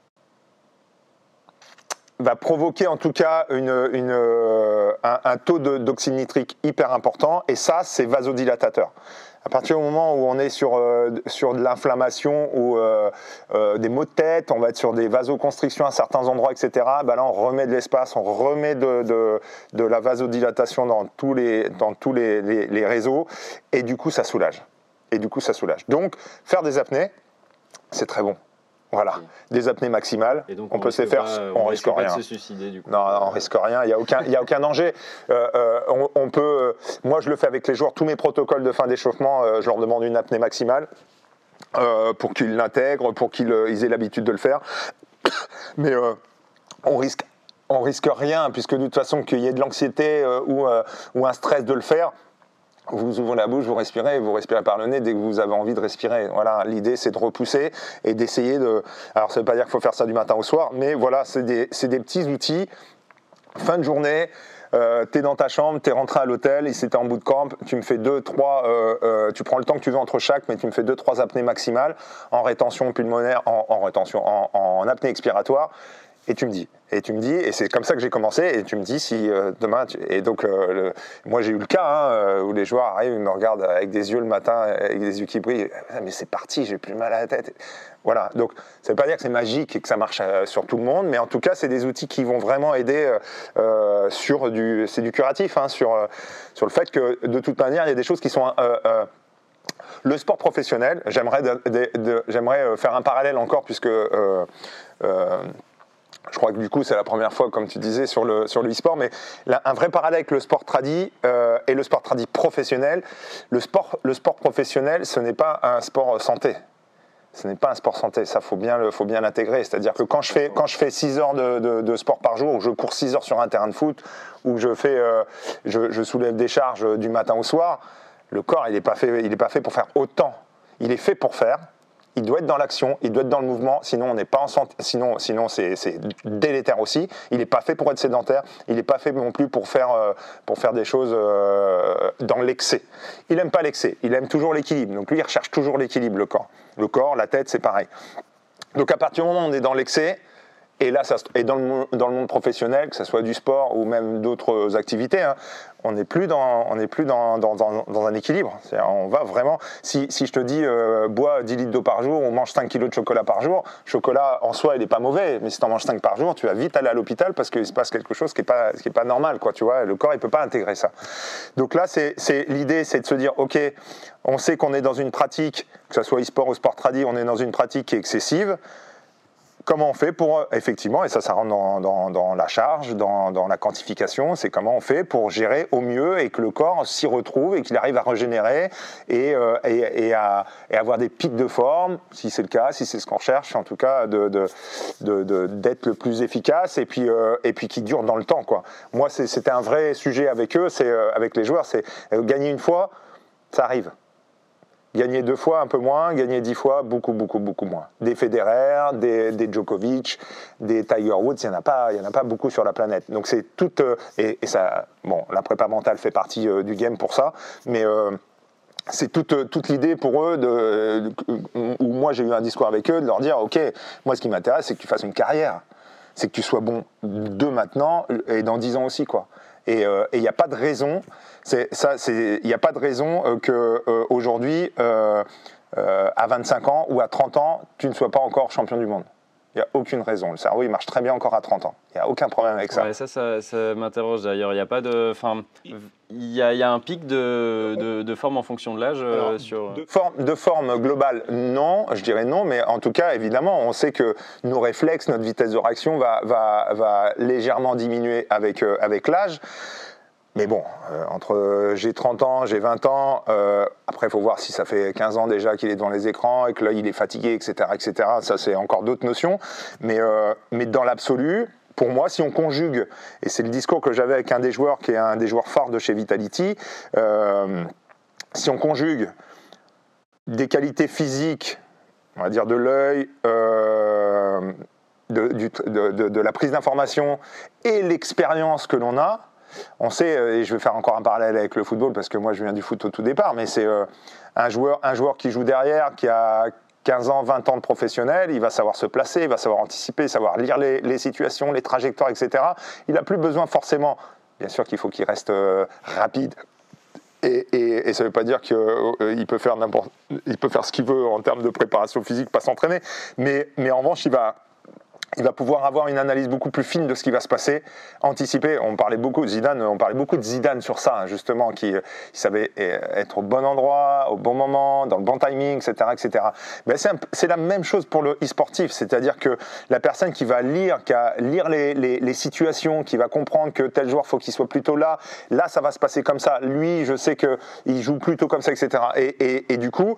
va provoquer en tout cas une, une, un, un taux de, d'oxyde nitrique hyper important, et ça, c'est vasodilatateur. À partir du moment où on est sur, euh, sur de l'inflammation ou euh, euh, des maux de tête, on va être sur des vasoconstrictions à certains endroits, et cetera, ben là, on remet de l'espace, on remet de, de, de la vasodilatation dans tous, les, dans tous les, les, les réseaux, et du coup, ça soulage. Et du coup, ça soulage. Donc, faire des apnées, c'est très bon. Voilà, okay. Des apnées maximales, et donc on, on peut se les faire, pas, on, on risque, risque rien. Pas de se suicider, du coup. Non, on risque rien, il n'y a, a aucun danger. Euh, euh, on, on peut, euh, moi, je le fais avec les joueurs, tous mes protocoles de fin d'échauffement, euh, je leur demande une apnée maximale euh, pour qu'ils l'intègrent, pour qu'ils euh, aient l'habitude de le faire. Mais euh, on risque, on risque rien, puisque de toute façon, qu'il y ait de l'anxiété euh, ou, euh, ou un stress de le faire, vous ouvrez la bouche, vous respirez, vous respirez par le nez dès que vous avez envie de respirer. Voilà, l'idée c'est de repousser et d'essayer de... Alors ça ne veut pas dire qu'il faut faire ça du matin au soir, mais voilà, c'est des, c'est des petits outils. Fin de journée, euh, t'es dans ta chambre, t'es rentré à l'hôtel, et si t'es en bout de camp, tu me fais deux, trois, euh, euh, tu prends le temps que tu veux entre chaque, mais tu me fais deux, trois apnées maximales en rétention pulmonaire, en, en rétention, en, en apnée expiratoire. Et tu me dis, et tu me dis, et c'est comme ça que j'ai commencé, et tu me dis si euh, demain, tu... et donc euh, le... moi j'ai eu le cas hein, où les joueurs arrivent, ils me regardent avec des yeux le matin, avec des yeux qui brillent, mais c'est parti, j'ai plus mal à la tête. Voilà, donc ça ne veut pas dire que c'est magique et que ça marche euh, sur tout le monde, mais en tout cas c'est des outils qui vont vraiment aider euh, sur du, c'est du curatif, hein, sur, euh, sur le fait que de toute manière il y a des choses qui sont... Euh, euh, le sport professionnel, j'aimerais, de, de, de, j'aimerais faire un parallèle encore puisque... Euh, euh, Je crois que du coup, c'est la première fois, comme tu disais, sur le, sur le e-sport, mais là, un vrai parallèle avec le sport tradi euh, et le sport tradi professionnel. Le sport, le sport professionnel, ce n'est pas un sport santé. Ce n'est pas un sport santé, ça, il faut bien, le, faut bien l'intégrer. C'est-à-dire que quand je fais, quand je fais six heures de, de, de sport par jour, ou je cours six heures sur un terrain de foot, ou je, fais, euh, je, je soulève des charges du matin au soir, le corps, il n'est pas fait, il n'est pas fait pour faire autant. Il est fait pour faire. Il doit être dans l'action, il doit être dans le mouvement, sinon on n'est pas en santé, sinon, sinon c'est, c'est délétère aussi. Il n'est pas fait pour être sédentaire, il n'est pas fait non plus pour faire, euh, pour faire des choses euh, dans l'excès. Il n'aime pas l'excès, il aime toujours l'équilibre. Donc lui, il recherche toujours l'équilibre, le corps. Le corps, la tête, c'est pareil. Donc à partir du moment où on est dans l'excès, Et là, ça, et dans le, dans le monde professionnel, que ce soit du sport ou même d'autres activités, hein, on n'est plus dans, on n'est plus dans, dans, dans, dans un équilibre. C'est-à-dire, on va vraiment. Si, si je te dis euh, bois dix litres d'eau par jour, on mange cinq kilos de chocolat par jour, le chocolat en soi, il n'est pas mauvais, mais si tu en manges cinq par jour, tu vas vite aller à l'hôpital parce qu'il se passe quelque chose qui n'est pas, qui est pas normal, quoi, tu vois. Le corps, il ne peut pas intégrer ça. Donc là, c'est, c'est, l'idée, c'est de se dire, OK, on sait qu'on est dans une pratique, que ce soit e-sport ou sport tradi, on est dans une pratique qui est excessive. Comment on fait pour, effectivement, et ça, ça rentre dans, dans, dans la charge, dans, dans la quantification, c'est comment on fait pour gérer au mieux et que le corps s'y retrouve et qu'il arrive à régénérer et, euh, et, et, à, et avoir des pics de forme, si c'est le cas, si c'est ce qu'on recherche, en tout cas, de, de, de, de, d'être le plus efficace et puis, euh, et puis qui dure dans le temps, quoi. Moi, c'est, c'était un vrai sujet avec eux, c'est, euh, avec les joueurs, c'est euh, gagner une fois, ça arrive. Gagner deux fois, un peu moins. Gagner dix fois, beaucoup, beaucoup, beaucoup moins. Des Federer, des, des Djokovic, des Tiger Woods, il n'y en a pas, il y en a pas beaucoup sur la planète. Donc c'est tout... Euh, et, et ça... Bon, la prépa mentale fait partie euh, du game pour ça, mais... Euh, c'est toute, toute l'idée pour eux, de, de, où moi j'ai eu un discours avec eux, de leur dire, ok, moi ce qui m'intéresse, c'est que tu fasses une carrière. C'est que tu sois bon de maintenant et dans dix ans aussi, quoi. Et il euh, n'y a pas de raison, c'est, ça, c'est, il n'y a pas de raison euh, qu'aujourd'hui, euh, euh, à vingt-cinq ans ou à trente ans, tu ne sois pas encore champion du monde. Il n'y a aucune raison. Le cerveau, il marche très bien encore à trente ans. Il n'y a aucun problème avec ça. Ouais, ça, ça, ça m'interroge d'ailleurs. Il n'y a pas de... Enfin, il y a, il y a un pic de, de, de forme en fonction de l'âge euh, Alors, sur... de, forme, de forme globale, non. Je dirais non, mais en tout cas, évidemment, on sait que nos réflexes, notre vitesse de réaction va, va, va légèrement diminuer avec, euh, avec l'âge. Mais bon, euh, entre j'ai trente ans, j'ai vingt ans, euh, après il faut voir si ça fait quinze ans déjà qu'il est devant les écrans et que là il est fatigué, et cetera, et cetera. Ça c'est encore d'autres notions. Mais, euh, mais dans l'absolu, pour moi, si on conjugue, et c'est le discours que j'avais avec un des joueurs qui est un des joueurs phares de chez Vitality, euh, si on conjugue des qualités physiques, on va dire de l'œil, euh, de, du, de, de, de la prise d'information et l'expérience que l'on a, on sait, et je vais faire encore un parallèle avec le football parce que moi je viens du foot au tout départ, mais c'est euh, un, joueur, un joueur qui joue derrière, qui a quinze ans, vingt ans de professionnel, il va savoir se placer, il va savoir anticiper, savoir lire les, les situations, les trajectoires, et cetera. Il n'a plus besoin forcément, bien sûr qu'il faut qu'il reste euh, rapide, et, et, et ça ne veut pas dire qu'il euh, peut faire n'importe, il peut faire ce qu'il veut en termes de préparation physique, pas s'entraîner, mais, mais en revanche il va... il va pouvoir avoir une analyse beaucoup plus fine de ce qui va se passer, anticiper. On parlait beaucoup de Zidane, on parlait beaucoup de Zidane sur ça, justement, qui, qui savait être au bon endroit, au bon moment, dans le bon timing, et cetera, et cetera. Mais c'est, un, c'est la même chose pour le e-sportif, c'est-à-dire que la personne qui va lire, qui va lire les, les, les situations, qui va comprendre que tel joueur faut qu'il soit plutôt là, là ça va se passer comme ça. Lui, je sais que il joue plutôt comme ça, et cetera. Et, et, et du coup.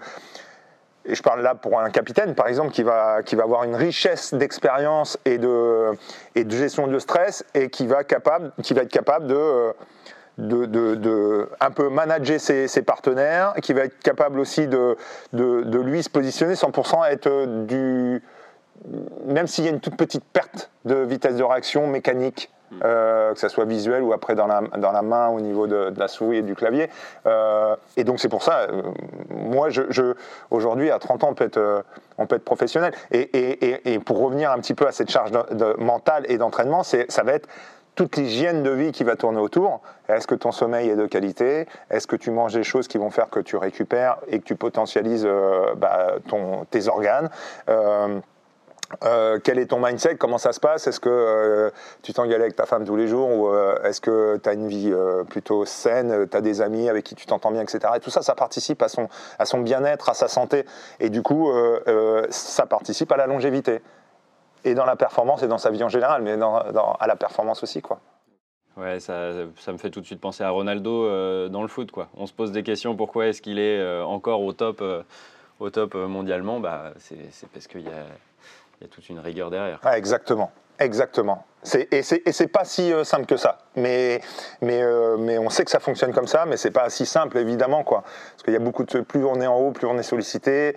Et je parle là pour un capitaine, par exemple, qui va, qui va avoir une richesse d'expérience et de, et de gestion de stress et qui va, capable, qui va être capable de, de, de, de un peu manager ses, ses partenaires, qui va être capable aussi de, de, de lui se positionner cent pour cent, être du... Même s'il y a une toute petite perte de vitesse de réaction mécanique, Euh, que ça soit visuel ou après dans la, dans la main au niveau de, de la souris et du clavier. Euh, et donc c'est pour ça, euh, moi je, je, aujourd'hui à trente ans on peut être, euh, on peut être professionnel. Et, et, et, et pour revenir un petit peu à cette charge de, de mentale et d'entraînement, c'est, ça va être toute l'hygiène de vie qui va tourner autour. Est-ce que ton sommeil est de qualité ? Est-ce que tu manges des choses qui vont faire que tu récupères et que tu potentialises euh, bah, ton, tes organes ? euh, Euh, quel est ton mindset ? Comment ça se passe ? Est-ce que euh, tu t'engueules avec ta femme tous les jours ou euh, est-ce que tu as une vie euh, plutôt saine ? Tu as des amis avec qui tu t'entends bien, et cetera. Et tout ça, ça participe à son, à son bien-être, à sa santé. Et du coup, euh, euh, ça participe à la longévité. Et dans la performance et dans sa vie en général, mais dans, dans, à la performance aussi, quoi. Ouais, ça, ça me fait tout de suite penser à Ronaldo euh, dans le foot, quoi. On se pose des questions, pourquoi est-ce qu'il est euh, encore au top, euh, au top mondialement ? Bah, c'est, c'est parce qu'il y a... Il y a toute une rigueur derrière. Ah, exactement, exactement. C'est, et, c'est, et c'est pas si euh, simple que ça. Mais, mais, euh, mais on sait que ça fonctionne comme ça, mais c'est pas si simple, évidemment, quoi. Parce qu'il y a beaucoup de... Plus on est en haut, plus on est sollicité.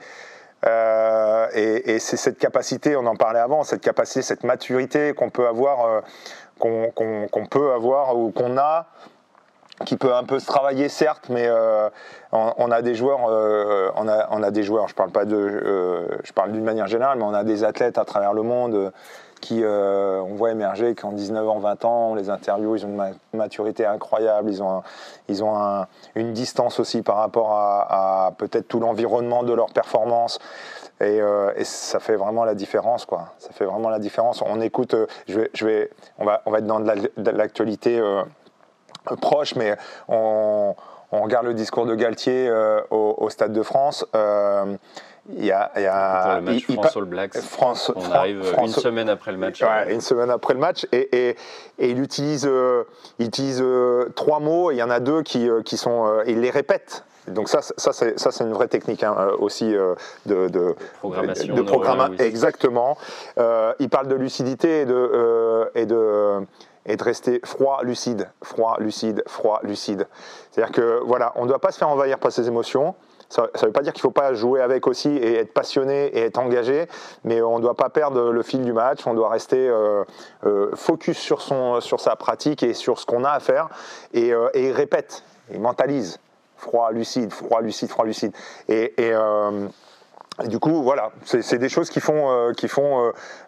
Euh, et, et c'est cette capacité, on en parlait avant, cette capacité, cette maturité qu'on peut avoir, euh, qu'on, qu'on, qu'on peut avoir ou qu'on a qui peut un peu se travailler certes, mais euh, on, on a des joueurs, euh, on, a, on a des joueurs, je parle pas de, euh, je parle d'une manière générale, mais on a des athlètes à travers le monde euh, qui, euh, on voit émerger, qui ont dix-neuf ans, vingt ans, on les interviewe, ils ont une maturité incroyable, ils ont, un, ils ont un, une distance aussi par rapport à, à peut-être tout l'environnement de leur performance. Et, euh, et ça fait vraiment la différence, quoi. Ça fait vraiment la différence. On écoute, euh, je vais, je vais, on va, on va être dans de, la, de l'actualité euh, proche, mais on, on regarde le discours de Galtier euh, au, au Stade de France. Euh, il y a, il y a pour le match il, France il, All Blacks. France, on Fran- arrive France, une semaine après le match. Ouais, une semaine après le match, et, et, et il utilise, euh, il utilise euh, trois mots. Et il y en a deux qui, euh, qui sont, euh, il les répète. Donc ça, ça c'est, ça, c'est une vraie technique hein, aussi euh, de, de programmation. De programma- exactement. Euh, il parle de lucidité et de, euh, et de, et de rester froid, lucide, froid, lucide, froid, lucide. C'est-à-dire que voilà, on ne doit pas se faire envahir par ses émotions. Ça ne veut pas dire qu'il ne faut pas jouer avec aussi et être passionné et être engagé, mais on ne doit pas perdre le fil du match, on doit rester euh, euh, focus sur, son, sur sa pratique et sur ce qu'on a à faire, et, euh, et il répète, il mentalise. Froid, lucide, froid, lucide, froid, lucide. Et, et, euh, et du coup, voilà, c'est, c'est des choses qui font, euh, qui font euh,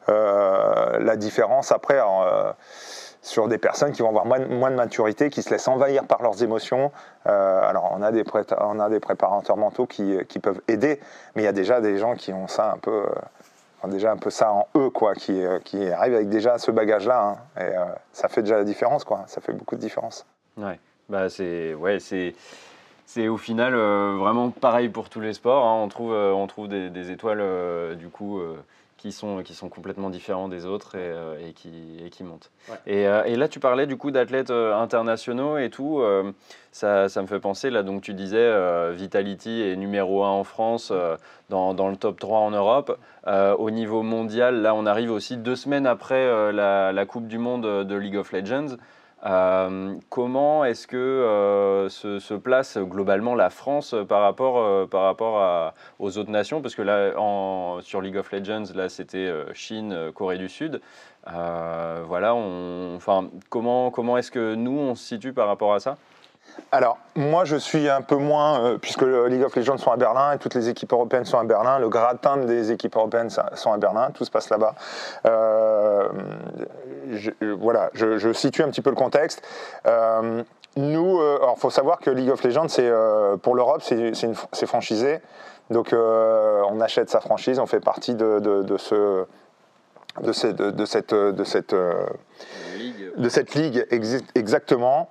euh, la différence après alors, euh, sur des personnes qui vont avoir moins, moins de maturité, qui se laissent envahir par leurs émotions. Euh, alors, on a des, pré- on a des préparateurs mentaux qui, qui peuvent aider, mais il y a déjà des gens qui ont ça un peu, euh, ont déjà un peu ça en eux, quoi, qui, euh, qui arrivent avec déjà ce bagage-là. Hein, et euh, ça fait déjà la différence, quoi. Ça fait beaucoup de différence. Ouais, bah c'est, ouais, c'est. C'est au final euh, vraiment pareil pour tous les sports. Hein. On trouve, euh, on trouve des, des étoiles euh, du coup euh, qui sont, qui sont complètement différents des autres et, euh, et, qui, et qui montent. Ouais. Et, euh, et là, tu parlais du coup d'athlètes euh, internationaux et tout. Euh, ça, ça me fait penser, là, donc tu disais euh, Vitality est numéro un en France, euh, dans, dans le top trois en Europe. Euh, au niveau mondial, là, on arrive aussi deux semaines après euh, la, la Coupe du Monde de League of Legends. Euh, comment est-ce que euh, se, se place globalement la France par rapport, euh, par rapport à, aux autres nations? Parce que là, en, sur League of Legends, là, c'était euh, Chine, Corée du Sud. Euh, voilà, on, enfin, comment, comment est-ce que nous, on se situe par rapport à ça? Alors, moi, je suis un peu moins, euh, puisque le League of Legends sont à Berlin et toutes les équipes européennes sont à Berlin, le gratin des équipes européennes sont à Berlin, tout se passe là-bas. Euh, je, voilà, je, je situe un petit peu le contexte. Euh, nous, euh, alors, il faut savoir que League of Legends, c'est, euh, pour l'Europe, c'est, c'est, une, c'est franchisé. Donc, euh, on achète sa franchise, on fait partie de, de, de ce... De, ce, de, de cette, de cette, euh, ligue. de cette ligue ex- exactement.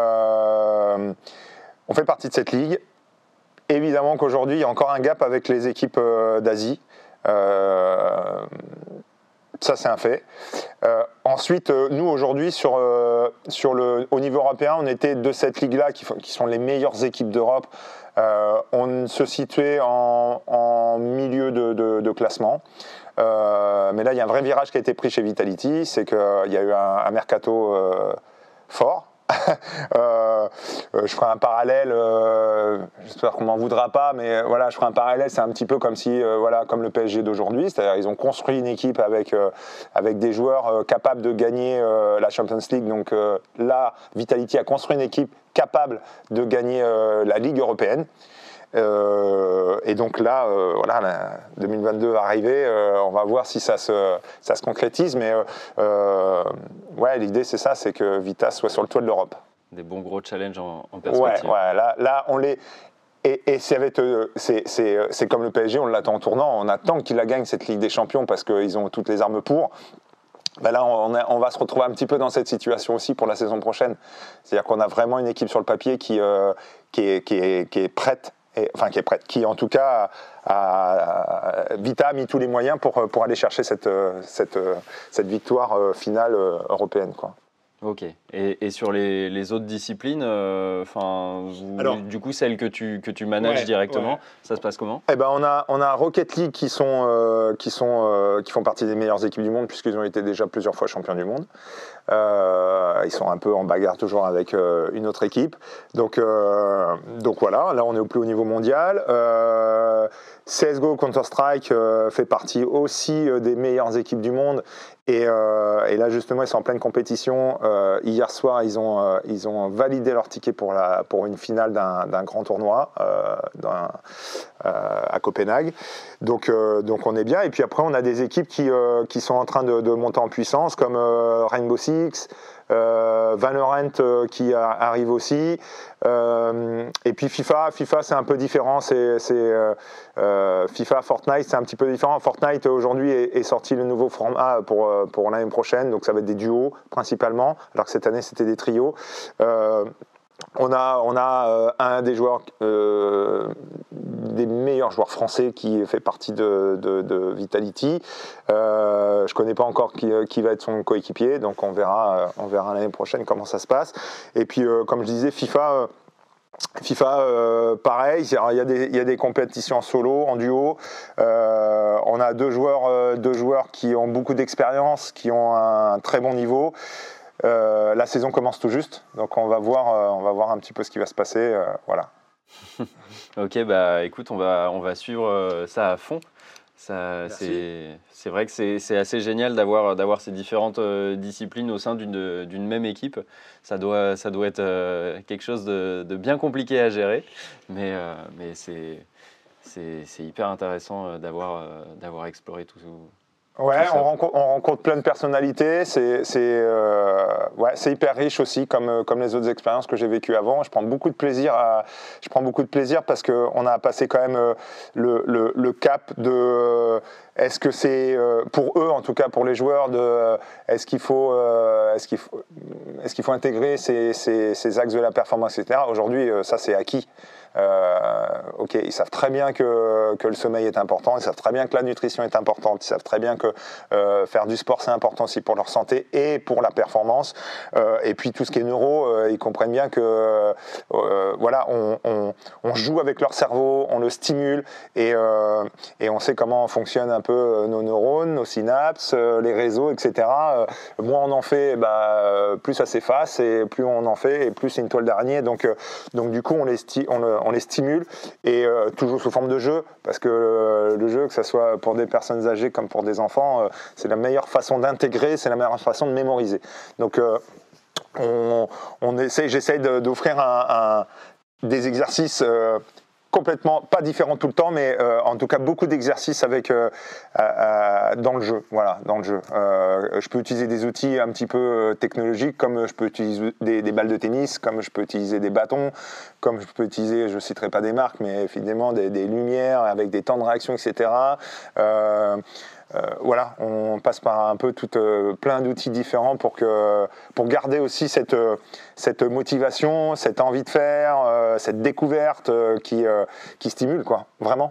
Euh, on fait partie de cette ligue. Évidemment qu'aujourd'hui, il y a encore un gap avec les équipes euh, d'Asie. Euh, ça, c'est un fait. Euh, ensuite, euh, nous, aujourd'hui, sur, euh, sur le, au niveau européen, on était de cette ligue-là, qui, qui sont les meilleures équipes d'Europe. Euh, on se situait en, en milieu de, de, de classement. Euh, mais là, il y a un vrai virage qui a été pris chez Vitality, c'est qu'il y a eu un, un mercato euh, fort. euh, je ferai un parallèle, euh, j'espère qu'on m'en voudra pas, mais voilà, je ferai un parallèle, c'est un petit peu comme si, euh, voilà, comme le P S G d'aujourd'hui, c'est-à-dire ils ont construit une équipe avec, euh, avec des joueurs euh, capables de gagner euh, la Champions League. Donc euh, là, Vitality a construit une équipe capable de gagner euh, la Ligue européenne. Euh, et donc là, euh, voilà, là, deux mille vingt-deux va arriver, euh, on va voir si ça se, ça se concrétise, mais euh, ouais, l'idée c'est ça, c'est que Vitas soit sur le toit de l'Europe. Des bons gros challenges en, en perspective. Ouais, ouais, là, là on les... Et, et c'est, avec, euh, c'est, c'est, c'est comme le P S G, on l'attend en tournant, on attend qu'il la gagne cette Ligue des Champions parce qu'ils ont toutes les armes pour. Ben là, on, a, on va se retrouver un petit peu dans cette situation aussi pour la saison prochaine. C'est-à-dire qu'on a vraiment une équipe sur le papier qui, euh, qui, est, qui, est, qui est prête. Et, enfin, qui est prête, qui en tout cas a, a, Vita a mis tous les moyens pour, pour aller chercher cette, cette, cette victoire finale européenne, quoi. Ok. Et, et sur les, les autres disciplines, euh, vous, Alors, du coup, celles que tu, que tu manages ouais, directement, ouais. Ça se passe comment? Eh ben, on a, on a Rocket League qui, sont, euh, qui, sont, euh, qui font partie des meilleures équipes du monde puisqu'ils ont été déjà plusieurs fois champions du monde. Euh, ils sont un peu en bagarre toujours avec euh, une autre équipe. Donc, euh, donc voilà, là on est au plus haut niveau mondial. Euh, C S G O, Counter-Strike euh, fait partie aussi euh, des meilleures équipes du monde. Et, euh, et là, justement, ils sont en pleine compétition. Euh, hier soir, ils ont, euh, ils ont validé leur ticket pour, la, pour une finale d'un, d'un grand tournoi euh, d'un, euh, à Copenhague. Donc, euh, donc, on est bien. Et puis après, on a des équipes qui, euh, qui sont en train de, de monter en puissance, comme euh, Rainbow Six, euh, Valorant euh, qui a, arrive aussi. Euh, et puis FIFA, FIFA c'est un peu différent. C'est, c'est euh, euh, FIFA, Fortnite, c'est un petit peu différent. Fortnite aujourd'hui est, est sorti le nouveau format pour, pour l'année prochaine, donc ça va être des duos principalement, alors que cette année c'était des trios. Euh, On a, on a euh, un des joueurs, euh, des meilleurs joueurs français qui fait partie de, de, de Vitality. Euh, je ne connais pas encore qui, qui va être son coéquipier, donc on verra, on verra l'année prochaine comment ça se passe. Et puis, euh, comme je disais, FIFA... Euh, FIFA, euh, pareil, il y, a des, il y a des compétitions en solo, en duo. Euh, on a deux joueurs, euh, deux joueurs qui ont beaucoup d'expérience, qui ont un très bon niveau. Euh, la saison commence tout juste, donc on va voir, euh, on va voir un petit peu ce qui va se passer. Euh, voilà. Ok, bah écoute, on va, on va suivre euh, ça à fond. Ça, c'est, c'est vrai que c'est, c'est assez génial d'avoir, d'avoir ces différentes euh, disciplines au sein d'une, d'une même équipe. Ça doit, ça doit être euh, quelque chose de, de bien compliqué à gérer, mais, euh, mais c'est, c'est, c'est hyper intéressant d'avoir, euh, d'avoir exploré tout, Ouais, on rencontre, on rencontre plein de personnalités. C'est, c'est, euh, ouais, c'est hyper riche aussi, comme, comme les autres expériences que j'ai vécues avant. Je prends beaucoup de plaisir à, je prends beaucoup de plaisir parce qu'on a passé quand même le, le, le cap de. Est-ce que c'est pour eux, en tout cas pour les joueurs, de est-ce qu'il faut, est-ce qu'il faut, est-ce qu'il faut intégrer ces, ces, ces axes de la performance, et cetera. Aujourd'hui, ça c'est acquis. Euh, ok, ils savent très bien que, que le sommeil est important, ils savent très bien que la nutrition est importante, ils savent très bien que euh, faire du sport c'est important aussi pour leur santé et pour la performance. Euh, et puis tout ce qui est neuro, euh, ils comprennent bien que euh, voilà, on, on, on joue avec leur cerveau, on le stimule et, euh, et on sait comment fonctionnent un peu nos neurones, nos synapses, euh, les réseaux, et cetera. Euh, moins on en fait, bah, plus ça s'efface et plus on en fait et plus c'est une toile d'araignée. Donc, euh, donc du coup, on les, sti- on le, on les stimule et euh, toujours sous forme de jeu parce que euh, le jeu, que ce soit pour des personnes âgées comme pour des enfants, euh, c'est la meilleure façon d'intégrer, c'est la meilleure façon de mémoriser. Donc, euh, on, on essaie, j'essaie de, d'offrir un, un, des exercices euh, complètement, pas différents tout le temps, mais euh, en tout cas beaucoup d'exercices avec, euh, euh, dans le jeu. Voilà, dans le jeu. Euh, je peux utiliser des outils un petit peu technologiques, comme je peux utiliser des, des balles de tennis, comme je peux utiliser des bâtons, comme je peux utiliser, je ne citerai pas des marques, mais évidemment des, des lumières avec des temps de réaction, et cetera. Euh, Euh, voilà, on passe par un peu tout, euh, plein d'outils différents pour, que, pour garder aussi cette, euh, cette motivation, cette envie de faire, euh, cette découverte euh, qui, euh, qui stimule, quoi, vraiment.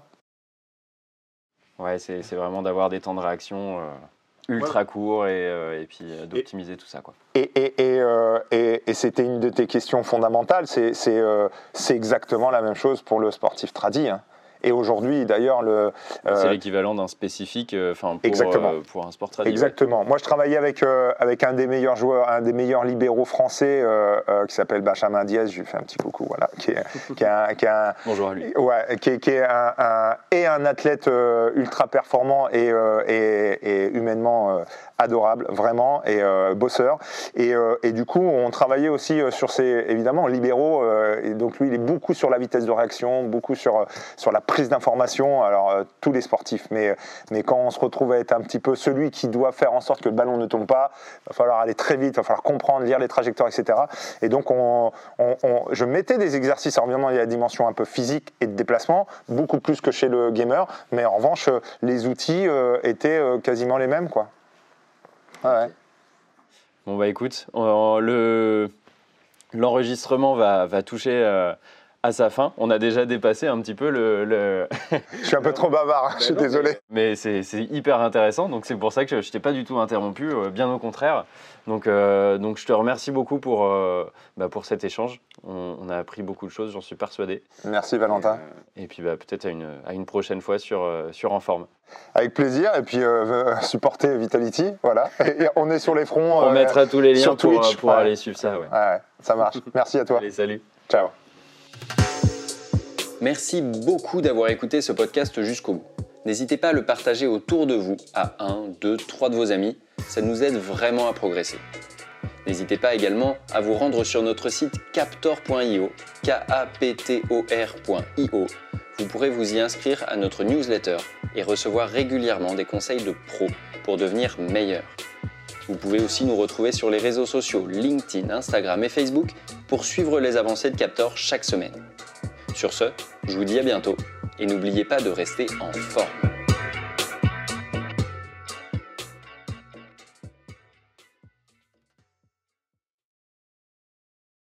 Ouais, c'est, c'est vraiment d'avoir des temps de réaction euh, ultra ouais. courts et, euh, et puis euh, d'optimiser et, tout ça, quoi. Et, et, et, euh, et, et c'était une de tes questions fondamentales, c'est, c'est, euh, c'est exactement la même chose pour le sportif tradi, hein. Et aujourd'hui, d'ailleurs, le euh, c'est l'équivalent d'un spécifique, enfin euh, pour, exactement. Euh, pour un sport traditionnel. Exactement. Ouais. Moi, je travaillais avec euh, avec un des meilleurs joueurs, un des meilleurs libéraux français, euh, euh, qui s'appelle Benjamin Diaz. Je lui fais un petit coucou, voilà, qui est, qui est un, qui est un bonjour à lui. Ouais, qui est, qui est un, un et un athlète euh, ultra performant et euh, et, et humainement euh, adorable, vraiment, et euh, bosseur. Et, euh, et du coup, on travaillait aussi euh, sur ces, évidemment, libéraux. Euh, et donc lui, il est beaucoup sur la vitesse de réaction, beaucoup sur sur la prise d'information, alors euh, tous les sportifs, mais, mais quand on se retrouve à être un petit peu celui qui doit faire en sorte que le ballon ne tombe pas, il va falloir aller très vite, il va falloir comprendre, lire les trajectoires, et cetera. Et donc on, on, on, je mettais des exercices, alors évidemment il y a la dimension un peu physique et de déplacement, beaucoup plus que chez le gamer, mais en revanche les outils euh, étaient euh, quasiment les mêmes, quoi. Ouais, ouais. Bon bah écoute, on, le, l'enregistrement va, va toucher... Euh, à sa fin, on a déjà dépassé un petit peu le... le... Je suis un peu trop bavard, je suis non, désolé. Mais c'est, c'est hyper intéressant, donc c'est pour ça que je ne t'ai pas du tout interrompu, euh, bien au contraire. Donc, euh, donc je te remercie beaucoup pour, euh, bah, pour cet échange. On, on a appris beaucoup de choses, j'en suis persuadé. Merci Valentin. Et, euh, et puis bah, peut-être à une, à une prochaine fois sur, euh, sur En Forme. Avec plaisir, et puis euh, supporter Vitality, voilà. Et on est sur les fronts. On euh, mettra tous les liens pour, Twitch, pour ouais. aller suivre ça. Ouais. Ouais, ça marche. Merci à toi. Allez, salut. Ciao. Merci beaucoup d'avoir écouté ce podcast jusqu'au bout. N'hésitez pas à le partager autour de vous, à un, deux, trois de vos amis, ça nous aide vraiment à progresser. N'hésitez pas également à vous rendre sur notre site captor point i o, K A P T O R point i o. Vous pourrez vous y inscrire à notre newsletter et recevoir régulièrement des conseils de pros pour devenir meilleur. Vous pouvez aussi nous retrouver sur les réseaux sociaux LinkedIn, Instagram et Facebook pour suivre les avancées de Captor chaque semaine. Sur ce, je vous dis à bientôt et n'oubliez pas de rester en forme.